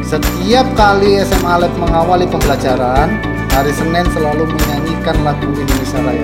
Setiap kali SMA Lab mengawali pembelajaran, hari Senin selalu menyanyikan lagu Indonesia Raya.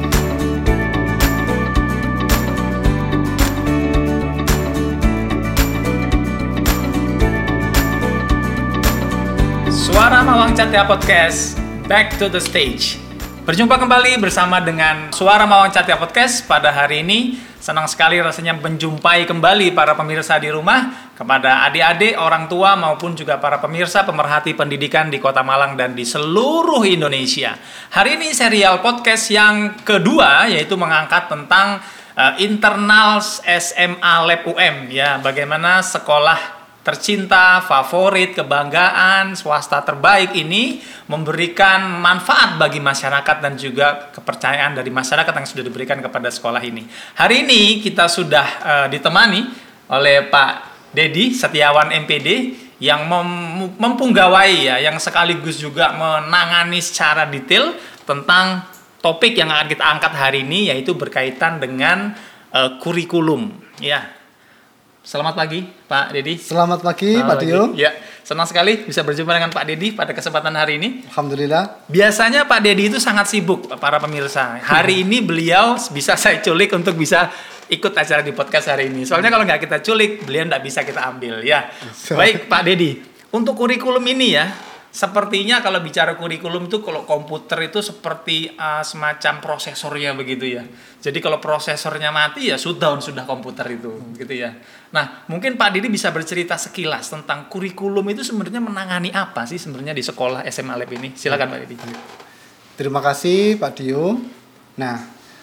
Suara Mawang Catya Podcast, back to the stage. Berjumpa kembali bersama dengan Suara Mawang Catya Podcast pada hari ini. Senang sekali rasanya menjumpai kembali para pemirsa di rumah, kepada adik-adik, orang tua, maupun juga para pemirsa pemerhati pendidikan di Kota Malang dan di seluruh Indonesia. Hari ini serial podcast yang kedua, yaitu mengangkat tentang internal SMA Lab UM, ya, bagaimana sekolah tercinta, favorit, kebanggaan, swasta terbaik ini memberikan manfaat bagi masyarakat dan juga kepercayaan dari masyarakat yang sudah diberikan kepada sekolah ini. Hari ini kita sudah ditemani oleh Pak Dedi Setiawan MPD yang mempunggawai ya, yang sekaligus juga menangani secara detail tentang topik yang akan kita angkat hari ini, yaitu berkaitan dengan kurikulum, ya. Selamat pagi, Pak Dedi. Selamat pagi, Pak Dio. Ya, senang sekali bisa berjumpa dengan Pak Dedi pada kesempatan hari ini. Alhamdulillah. Biasanya Pak Dedi itu sangat sibuk, para pemirsa. Hari ini beliau bisa saya culik untuk bisa ikut acara di podcast hari ini. Soalnya kalau nggak kita culik, beliau nggak bisa kita ambil, ya. Baik, Pak Dedi. Untuk kurikulum ini ya, sepertinya kalau bicara kurikulum itu, kalau komputer itu seperti semacam prosesornya begitu ya. Jadi kalau prosesornya mati ya sudah komputer itu, gitu ya. Nah, mungkin Pak Didi bisa bercerita sekilas tentang kurikulum itu sebenarnya menangani apa sih sebenarnya di sekolah SMA Lab ini. Silakan Pak Didi. Terima kasih Pak Dio. Nah,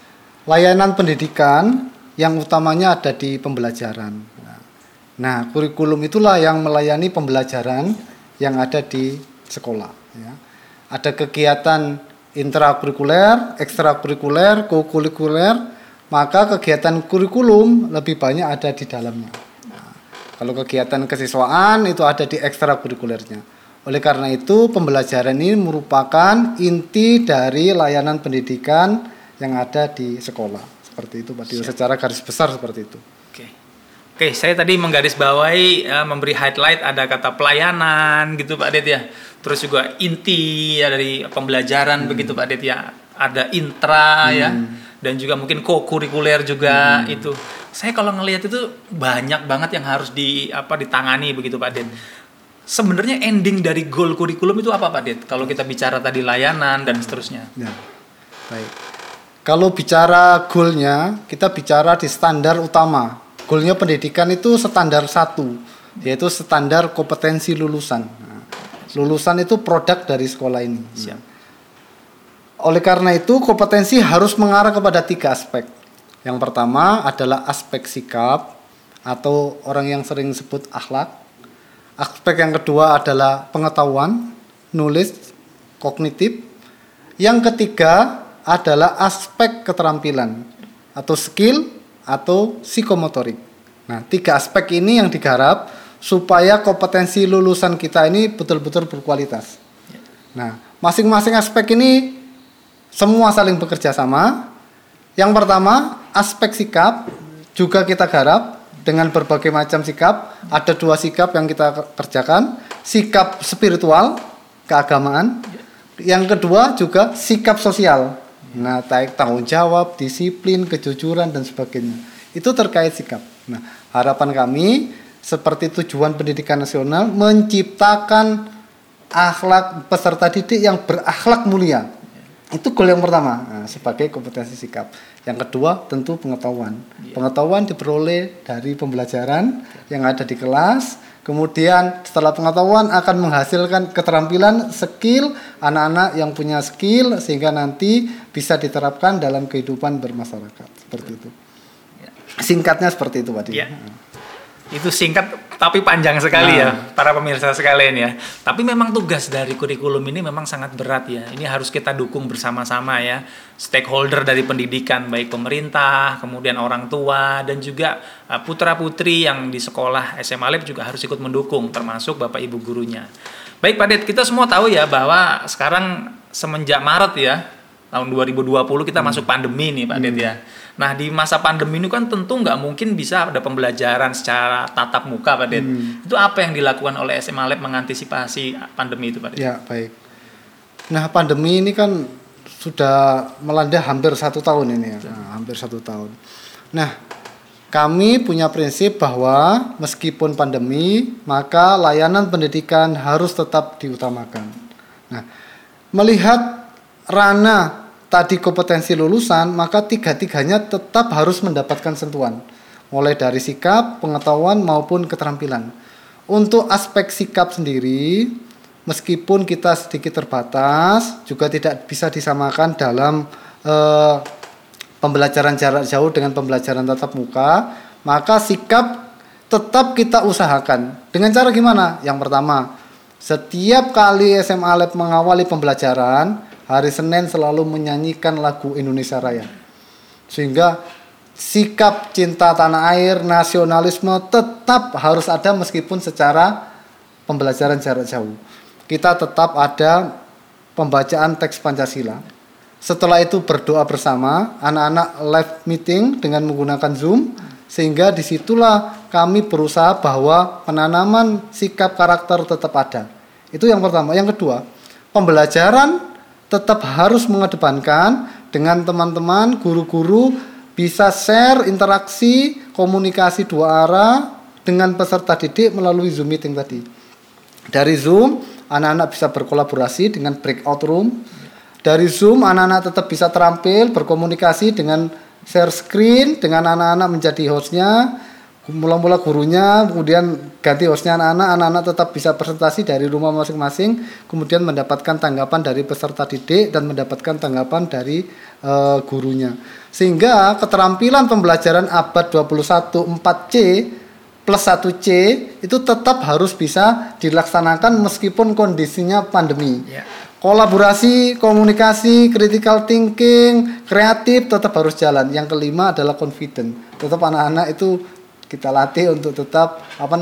layanan pendidikan yang utamanya ada di pembelajaran. Nah, kurikulum itulah yang melayani pembelajaran yang ada di sekolah, ya. Ada kegiatan intrakurikuler, ekstrakurikuler, kokurikuler, maka kegiatan kurikulum lebih banyak ada di dalamnya. Nah, kalau kegiatan kesiswaan itu ada di ekstrakurikulernya. Oleh karena itu, pembelajaran ini merupakan inti dari layanan pendidikan yang ada di sekolah. Seperti itu Pak Dio, secara garis besar seperti itu. Oke, saya tadi menggarisbawahi, memberi highlight ada kata pelayanan gitu Pak Det ya. Terus juga inti ya dari pembelajaran begitu Pak Det ya. Ada intra ya, dan juga mungkin co-kurikuler juga itu. Saya kalau ngelihat itu banyak banget yang harus ditangani begitu Pak Det. Sebenarnya ending dari goal kurikulum itu apa Pak Det? Kalau kita bicara tadi layanan dan seterusnya. Ya, baik. Kalau bicara goalnya, kita bicara di standar utama. Goalnya pendidikan itu standar 1, yaitu standar kompetensi lulusan. Nah, lulusan itu produk dari sekolah ini. Siap. Oleh karena itu, kompetensi harus mengarah kepada 3 aspek. Yang pertama adalah aspek sikap, atau orang yang sering sebut akhlak. Aspek yang kedua adalah pengetahuan, knowledge, kognitif. Yang ketiga adalah aspek keterampilan, atau skill, atau psikomotorik. Nah, 3 aspek ini yang digarap supaya kompetensi lulusan kita ini betul-betul berkualitas. Nah, masing-masing aspek ini semua saling bekerja sama. Yang pertama, aspek sikap juga kita garap dengan berbagai macam sikap. Ada 2 sikap yang kita kerjakan, sikap spiritual, keagamaan. Yang kedua juga sikap sosial. Nah, tanggung jawab, disiplin, kejujuran, dan sebagainya. Itu terkait sikap. Nah, harapan kami seperti tujuan pendidikan nasional menciptakan akhlak peserta didik yang berakhlak mulia. Itu goal yang pertama, sebagai kompetensi sikap. Yang kedua tentu pengetahuan. Pengetahuan diperoleh dari pembelajaran yang ada di kelas. Kemudian setelah pengetahuan akan menghasilkan keterampilan, skill, anak-anak yang punya skill sehingga nanti bisa diterapkan dalam kehidupan bermasyarakat. Seperti itu. Singkatnya seperti itu Pak Di. Ya. Itu singkat tapi panjang sekali ya para pemirsa sekalian ya. Tapi memang tugas dari kurikulum ini memang sangat berat ya. Ini harus kita dukung bersama-sama ya. Stakeholder dari pendidikan, baik pemerintah, kemudian orang tua, dan juga putra-putri yang di sekolah SMA Lab juga harus ikut mendukung, termasuk Bapak Ibu gurunya. Baik Pak Det, kita semua tahu ya bahwa sekarang semenjak Maret ya, tahun 2020 kita masuk pandemi nih Pak Det ya. Nah di masa pandemi ini kan tentu nggak mungkin bisa ada pembelajaran secara tatap muka Pak Det. Itu apa yang dilakukan oleh SMA Lab mengantisipasi pandemi itu Pak Det? Ya baik. Nah pandemi ini kan sudah melanda hampir 1 tahun ini ya. Hampir 1 tahun. Nah kami punya prinsip bahwa meskipun pandemi maka layanan pendidikan harus tetap diutamakan. Nah melihat ranah tadi kompetensi lulusan, maka tiga-tiganya tetap harus mendapatkan sentuhan, mulai dari sikap, pengetahuan maupun keterampilan. Untuk aspek sikap sendiri, meskipun kita sedikit terbatas, juga tidak bisa disamakan dalam pembelajaran jarak jauh dengan pembelajaran tatap muka, maka sikap tetap kita usahakan. Dengan cara gimana? Yang pertama, setiap kali SMA Lab mengawali pembelajaran, hari Senin selalu menyanyikan lagu Indonesia Raya. Sehingga sikap cinta tanah air, nasionalisme tetap harus ada meskipun secara pembelajaran jarak jauh. Kita tetap ada pembacaan teks Pancasila. Setelah itu berdoa bersama, anak-anak live meeting dengan menggunakan Zoom, sehingga disitulah kami berusaha bahwa penanaman sikap karakter tetap ada. Itu yang pertama. Yang kedua, pembelajaran tetap harus mengedepankan dengan teman-teman, guru-guru bisa share, interaksi, komunikasi 2 arah dengan peserta didik melalui Zoom meeting tadi. Dari Zoom, anak-anak bisa berkolaborasi dengan breakout room. Dari Zoom, anak-anak tetap bisa terampil, berkomunikasi dengan share screen, dengan anak-anak menjadi hostnya, mula-mula gurunya, kemudian ganti hostnya anak-anak tetap bisa presentasi dari rumah masing-masing, kemudian mendapatkan tanggapan dari peserta didik dan mendapatkan tanggapan dari gurunya. Sehingga keterampilan pembelajaran abad 21 4C plus 1C itu tetap harus bisa dilaksanakan meskipun kondisinya pandemi. Kolaborasi, komunikasi, critical thinking, kreatif tetap harus jalan. Yang kelima adalah confident. Tetap anak-anak itu kita latih untuk tetap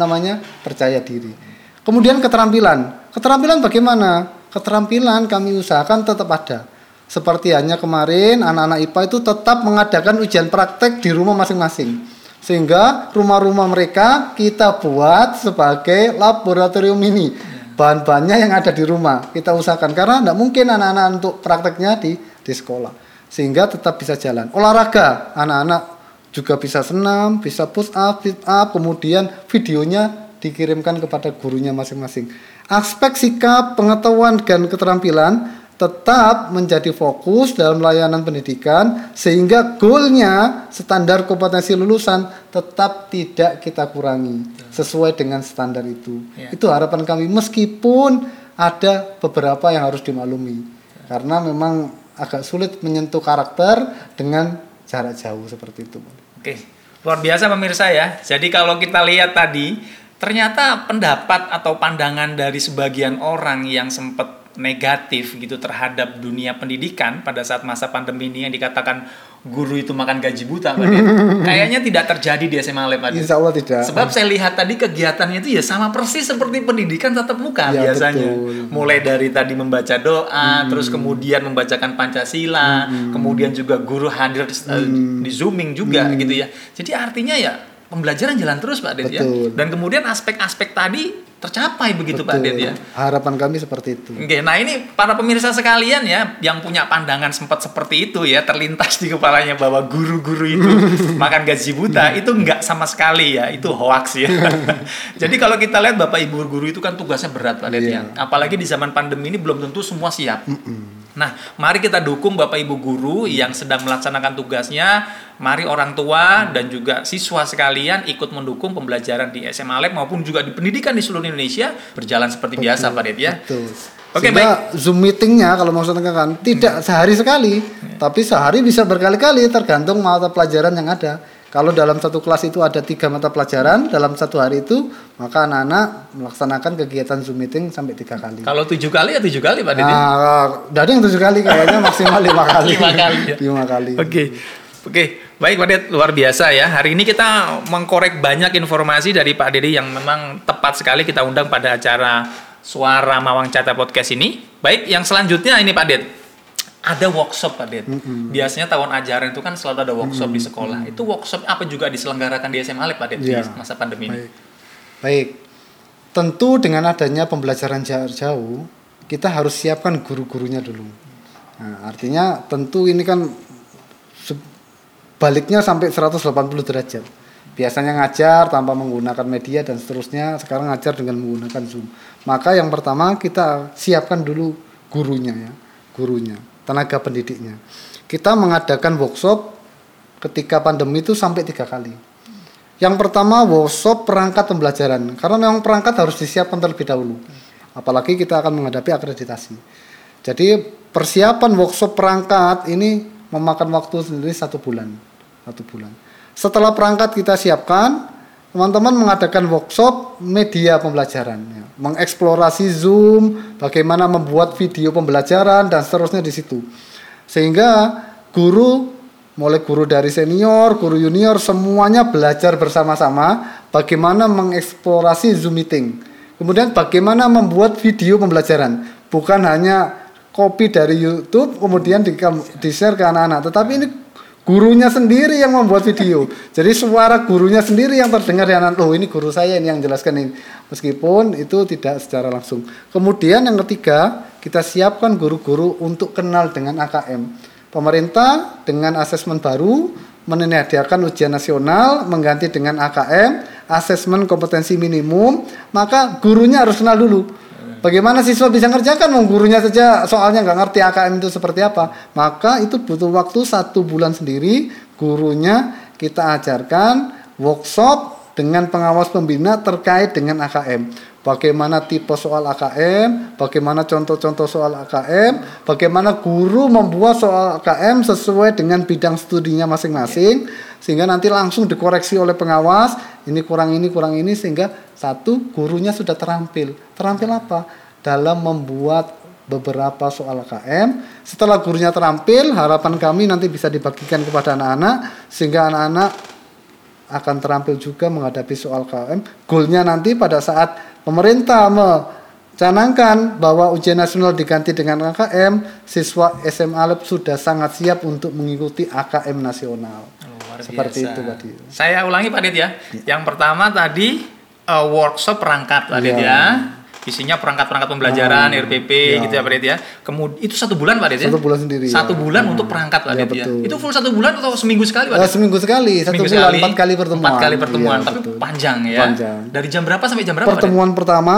percaya diri. Kemudian keterampilan bagaimana? Keterampilan kami usahakan tetap ada. Seperti hanya kemarin anak-anak IPA itu tetap mengadakan ujian praktek di rumah masing-masing. Sehingga rumah-rumah mereka kita buat sebagai laboratorium mini. Bahan-bahannya yang ada di rumah kita usahakan karena tidak mungkin anak-anak untuk prakteknya di sekolah. Sehingga tetap bisa jalan. Olahraga, anak-anak juga bisa senam, bisa push up, sit up, kemudian videonya dikirimkan kepada gurunya masing-masing. Aspek sikap, pengetahuan, dan keterampilan tetap menjadi fokus dalam layanan pendidikan sehingga goalnya standar kompetensi lulusan tetap tidak kita kurangi sesuai dengan standar itu. Itu harapan kami meskipun ada beberapa yang harus dimaklumi karena memang agak sulit menyentuh karakter dengan jarak jauh seperti itu. Oke, luar biasa pemirsa ya. Jadi kalau kita lihat tadi, ternyata pendapat atau pandangan dari sebagian orang yang sempat negatif gitu terhadap dunia pendidikan pada saat masa pandemi ini yang dikatakan guru itu makan gaji buta Pak Dit. Kayaknya tidak terjadi di SMA Lab Pak Dit. Insya Allah tidak. Sebab saya lihat tadi kegiatannya itu ya sama persis seperti pendidikan tatap muka biasanya. Betul. Mulai dari tadi membaca doa, terus kemudian membacakan Pancasila, kemudian juga guru hadir di Zooming juga gitu ya. Jadi artinya ya pembelajaran jalan terus Pak Dit ya. Dan kemudian aspek-aspek tadi tercapai begitu Pak Det ya. Harapan kami seperti itu. Oke, nah ini para pemirsa sekalian ya yang punya pandangan sempat seperti itu ya terlintas di kepalanya bahwa guru-guru itu makan gaji buta itu enggak sama sekali ya, itu hoax ya. Jadi kalau kita lihat Bapak Ibu guru itu kan tugasnya berat Pak Det ya. Apalagi di zaman pandemi ini belum tentu semua siap. Nah, mari kita dukung Bapak Ibu guru yang sedang melaksanakan tugasnya. Mari orang tua dan juga siswa sekalian ikut mendukung pembelajaran di SMA Lab maupun juga di pendidikan di seluruh Indonesia berjalan seperti biasa Pak Det ya. Oke, baik. Zoom meetingnya kalau maksudnya kan tidak sehari sekali, tapi sehari bisa berkali-kali tergantung mata pelajaran yang ada. Kalau dalam satu kelas itu ada 3 mata pelajaran dalam satu hari itu, maka anak-anak melaksanakan kegiatan Zoom meeting sampai 3 kali. Kalau 7 kali ya 7 kali Pak Det. Nah, ada yang 7 kali kayaknya maksimal 5 kali. 5 kali. Ya? 5 kali. Oke, baik Pak Det, luar biasa ya. Hari ini kita mengkorek banyak informasi dari Pak Dedi yang memang tepat sekali kita undang pada acara Suara Mawang Cata Podcast ini. Baik, yang selanjutnya ini Pak Det. ada workshop Pak Det. Biasanya tahun ajaran itu kan selalu ada workshop di sekolah. Itu workshop apa juga diselenggarakan di SMA Lab Pak Det di masa pandemi ini? Baik. Tentu dengan adanya pembelajaran jarak jauh, kita harus siapkan guru-gurunya dulu. Nah, artinya tentu ini kan baliknya sampai 180 derajat. Biasanya ngajar tanpa menggunakan media dan seterusnya, sekarang ngajar dengan menggunakan Zoom. Maka yang pertama kita siapkan dulu gurunya, tenaga pendidiknya. Kita mengadakan workshop ketika pandemi itu sampai 3 kali. Yang pertama workshop perangkat pembelajaran, karena memang perangkat harus disiapkan terlebih dahulu. Apalagi kita akan menghadapi akreditasi. Jadi persiapan workshop perangkat ini memakan waktu sendiri 1 bulan. Setelah perangkat kita siapkan, teman-teman mengadakan workshop media pembelajaran, mengeksplorasi Zoom, bagaimana membuat video pembelajaran dan seterusnya di situ. Sehingga guru, mulai guru dari senior, guru junior, semuanya belajar bersama-sama bagaimana mengeksplorasi Zoom meeting. Kemudian bagaimana membuat video pembelajaran, bukan hanya copy dari YouTube kemudian di-share ke anak-anak, tetapi ini gurunya sendiri yang membuat video. Jadi suara gurunya sendiri yang terdengar di anak. Oh, ini guru saya ini yang jelaskan ini. Meskipun itu tidak secara langsung. Kemudian yang ketiga, kita siapkan guru-guru untuk kenal dengan AKM. Pemerintah dengan asesmen baru menyediakan ujian nasional mengganti dengan AKM, asesmen kompetensi minimum, maka gurunya harus kenal dulu. Bagaimana siswa bisa ngerjakan? Gurunya saja soalnya nggak ngerti AKM itu seperti apa. Maka itu butuh waktu 1 bulan sendiri. Gurunya kita ajarkan workshop dengan pengawas pembina terkait dengan AKM. Bagaimana tipe soal AKM, bagaimana contoh-contoh soal AKM, bagaimana guru membuat soal AKM sesuai dengan bidang studinya masing-masing, sehingga nanti langsung dikoreksi oleh pengawas, ini kurang ini, sehingga satu gurunya sudah terampil. Terampil apa? Dalam membuat beberapa soal AKM. Setelah gurunya terampil, harapan kami nanti bisa dibagikan kepada anak-anak, sehingga anak-anak akan terampil juga menghadapi soal AKM. Goalnya nanti pada saat pemerintah mencanangkan bahwa ujian nasional diganti dengan AKM, siswa SMA Lab sudah sangat siap untuk mengikuti AKM nasional. Luar seperti biasa. itu Pak Dit. Saya ulangi Pak Dit ya. Yang pertama tadi workshop perangkat Pak Dit ya. Isinya perangkat-perangkat pembelajaran, RPP gitu ya Pak Dit ya. Kemudian itu 1 bulan Pak Dit ya? 1 bulan sendiri. 1 bulan untuk perangkat Pak Dit ya. Itu full 1 bulan atau seminggu sekali Pak Dit? Seminggu sekali, 1 bulan 4 kali pertemuan. 4 kali pertemuan, Iya, tapi betul. panjang ya. Panjang. Dari jam berapa sampai jam berapa Pertemuan pertama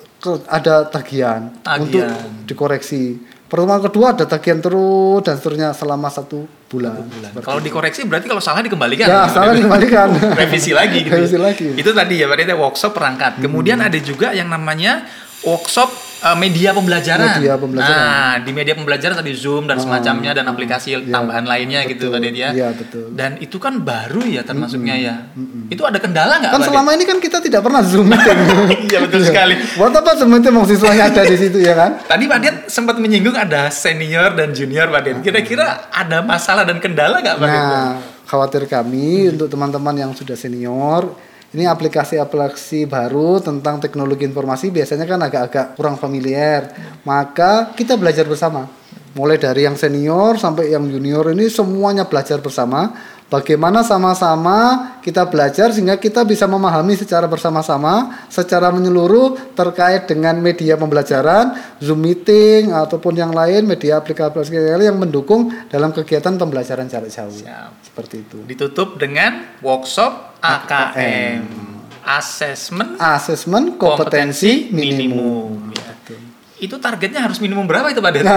ada tagihan untuk dikoreksi. Pertemuan kedua ada tagihan terus dan seterusnya selama 1 bulan. Kalau dikoreksi berarti kalau salah dikembalikan. Ya, salah dikembalikan. Revisi lagi gitu. Revisi lagi. Itu tadi ya Pak Dit, workshop perangkat. Kemudian ada juga yang namanya workshop media pembelajaran. Nah, di media pembelajaran tadi Zoom dan semacamnya dan aplikasi tambahan lainnya gitu Pak Dit ya. Iya, betul. Dan itu kan baru ya termasuknya ya. Itu ada kendala nggak Kan Pak selama ini kan kita tidak pernah Zoom meeting. Iya betul sekali. Buat apa Zoom meeting siswanya ada di situ ya kan? Tadi Pak Dit sempat menyinggung ada senior dan junior Pak Dit. Kira-kira ada masalah dan kendala nggak Pak Dit? Nah, khawatir kami untuk teman-teman yang sudah senior, ini aplikasi-aplikasi baru tentang teknologi informasi biasanya kan agak-agak kurang familiar. Maka kita belajar bersama. Mulai dari yang senior sampai yang junior ini semuanya belajar bersama. Bagaimana sama-sama kita belajar sehingga kita bisa memahami secara bersama-sama, secara menyeluruh terkait dengan media pembelajaran, Zoom meeting ataupun yang lain, media aplikasi yang mendukung dalam kegiatan pembelajaran jarak jauh. Siap. Seperti itu. Ditutup dengan workshop AKM. Asesmen kompetensi minimum. Ya. Itu targetnya harus minimum berapa itu Pak Det?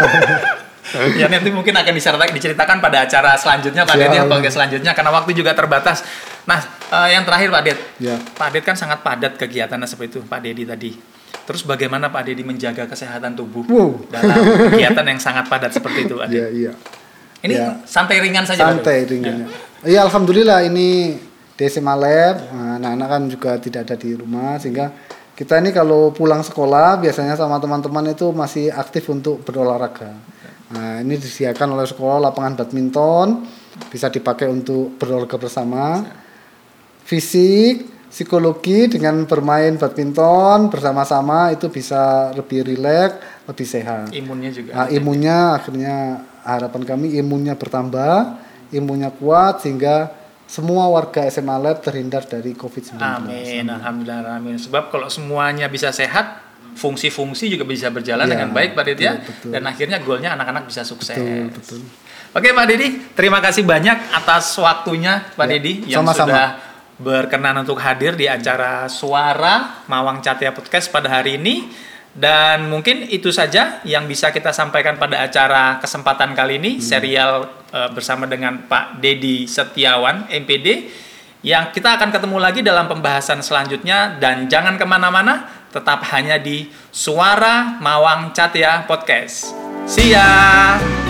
Ya nanti mungkin akan diceritakan pada acara selanjutnya Pak Det ya, podcast selanjutnya karena waktu juga terbatas. Nah, yang terakhir Pak Det. Ya. Pak Det kan sangat padat kegiatannya seperti itu Pak Dedi tadi. Terus bagaimana Pak Dedi menjaga kesehatan tubuh dalam kegiatan yang sangat padat seperti itu Pak Det? Iya. Ini santai ringan saja Pak Det? Santai ringan. Iya, alhamdulillah ini di SMA Lab, anak-anak kan juga tidak ada di rumah sehingga kita ini kalau pulang sekolah biasanya sama teman-teman itu masih aktif untuk berolahraga. Nah, ini disediakan oleh sekolah lapangan badminton, bisa dipakai untuk berolahraga bersama. Fisik, psikologi dengan bermain badminton bersama-sama itu bisa lebih rileks, lebih sehat. Imunnya juga. Nah, imunnya akhirnya harapan kami imunnya bertambah, imunnya kuat sehingga semua warga SMA Lab terhindar dari COVID-19. Amin, alhamdulillah, amin. Sebab kalau semuanya bisa sehat, fungsi-fungsi juga bisa berjalan dengan baik Pak Didi ya. Betul. Dan akhirnya goalnya anak-anak bisa sukses. Betul. Oke Pak Didi, terima kasih banyak atas waktunya Pak Didi yang sama-sama. sudah berkenan untuk hadir di acara Suara Mawang Catia Podcast pada hari ini. Dan mungkin itu saja yang bisa kita sampaikan pada acara kesempatan kali ini, serial bersama dengan Pak Dedi Setiawan, MPD, yang kita akan ketemu lagi dalam pembahasan selanjutnya. Dan jangan kemana-mana, tetap hanya di Suara Mawang Catia Podcast. See ya!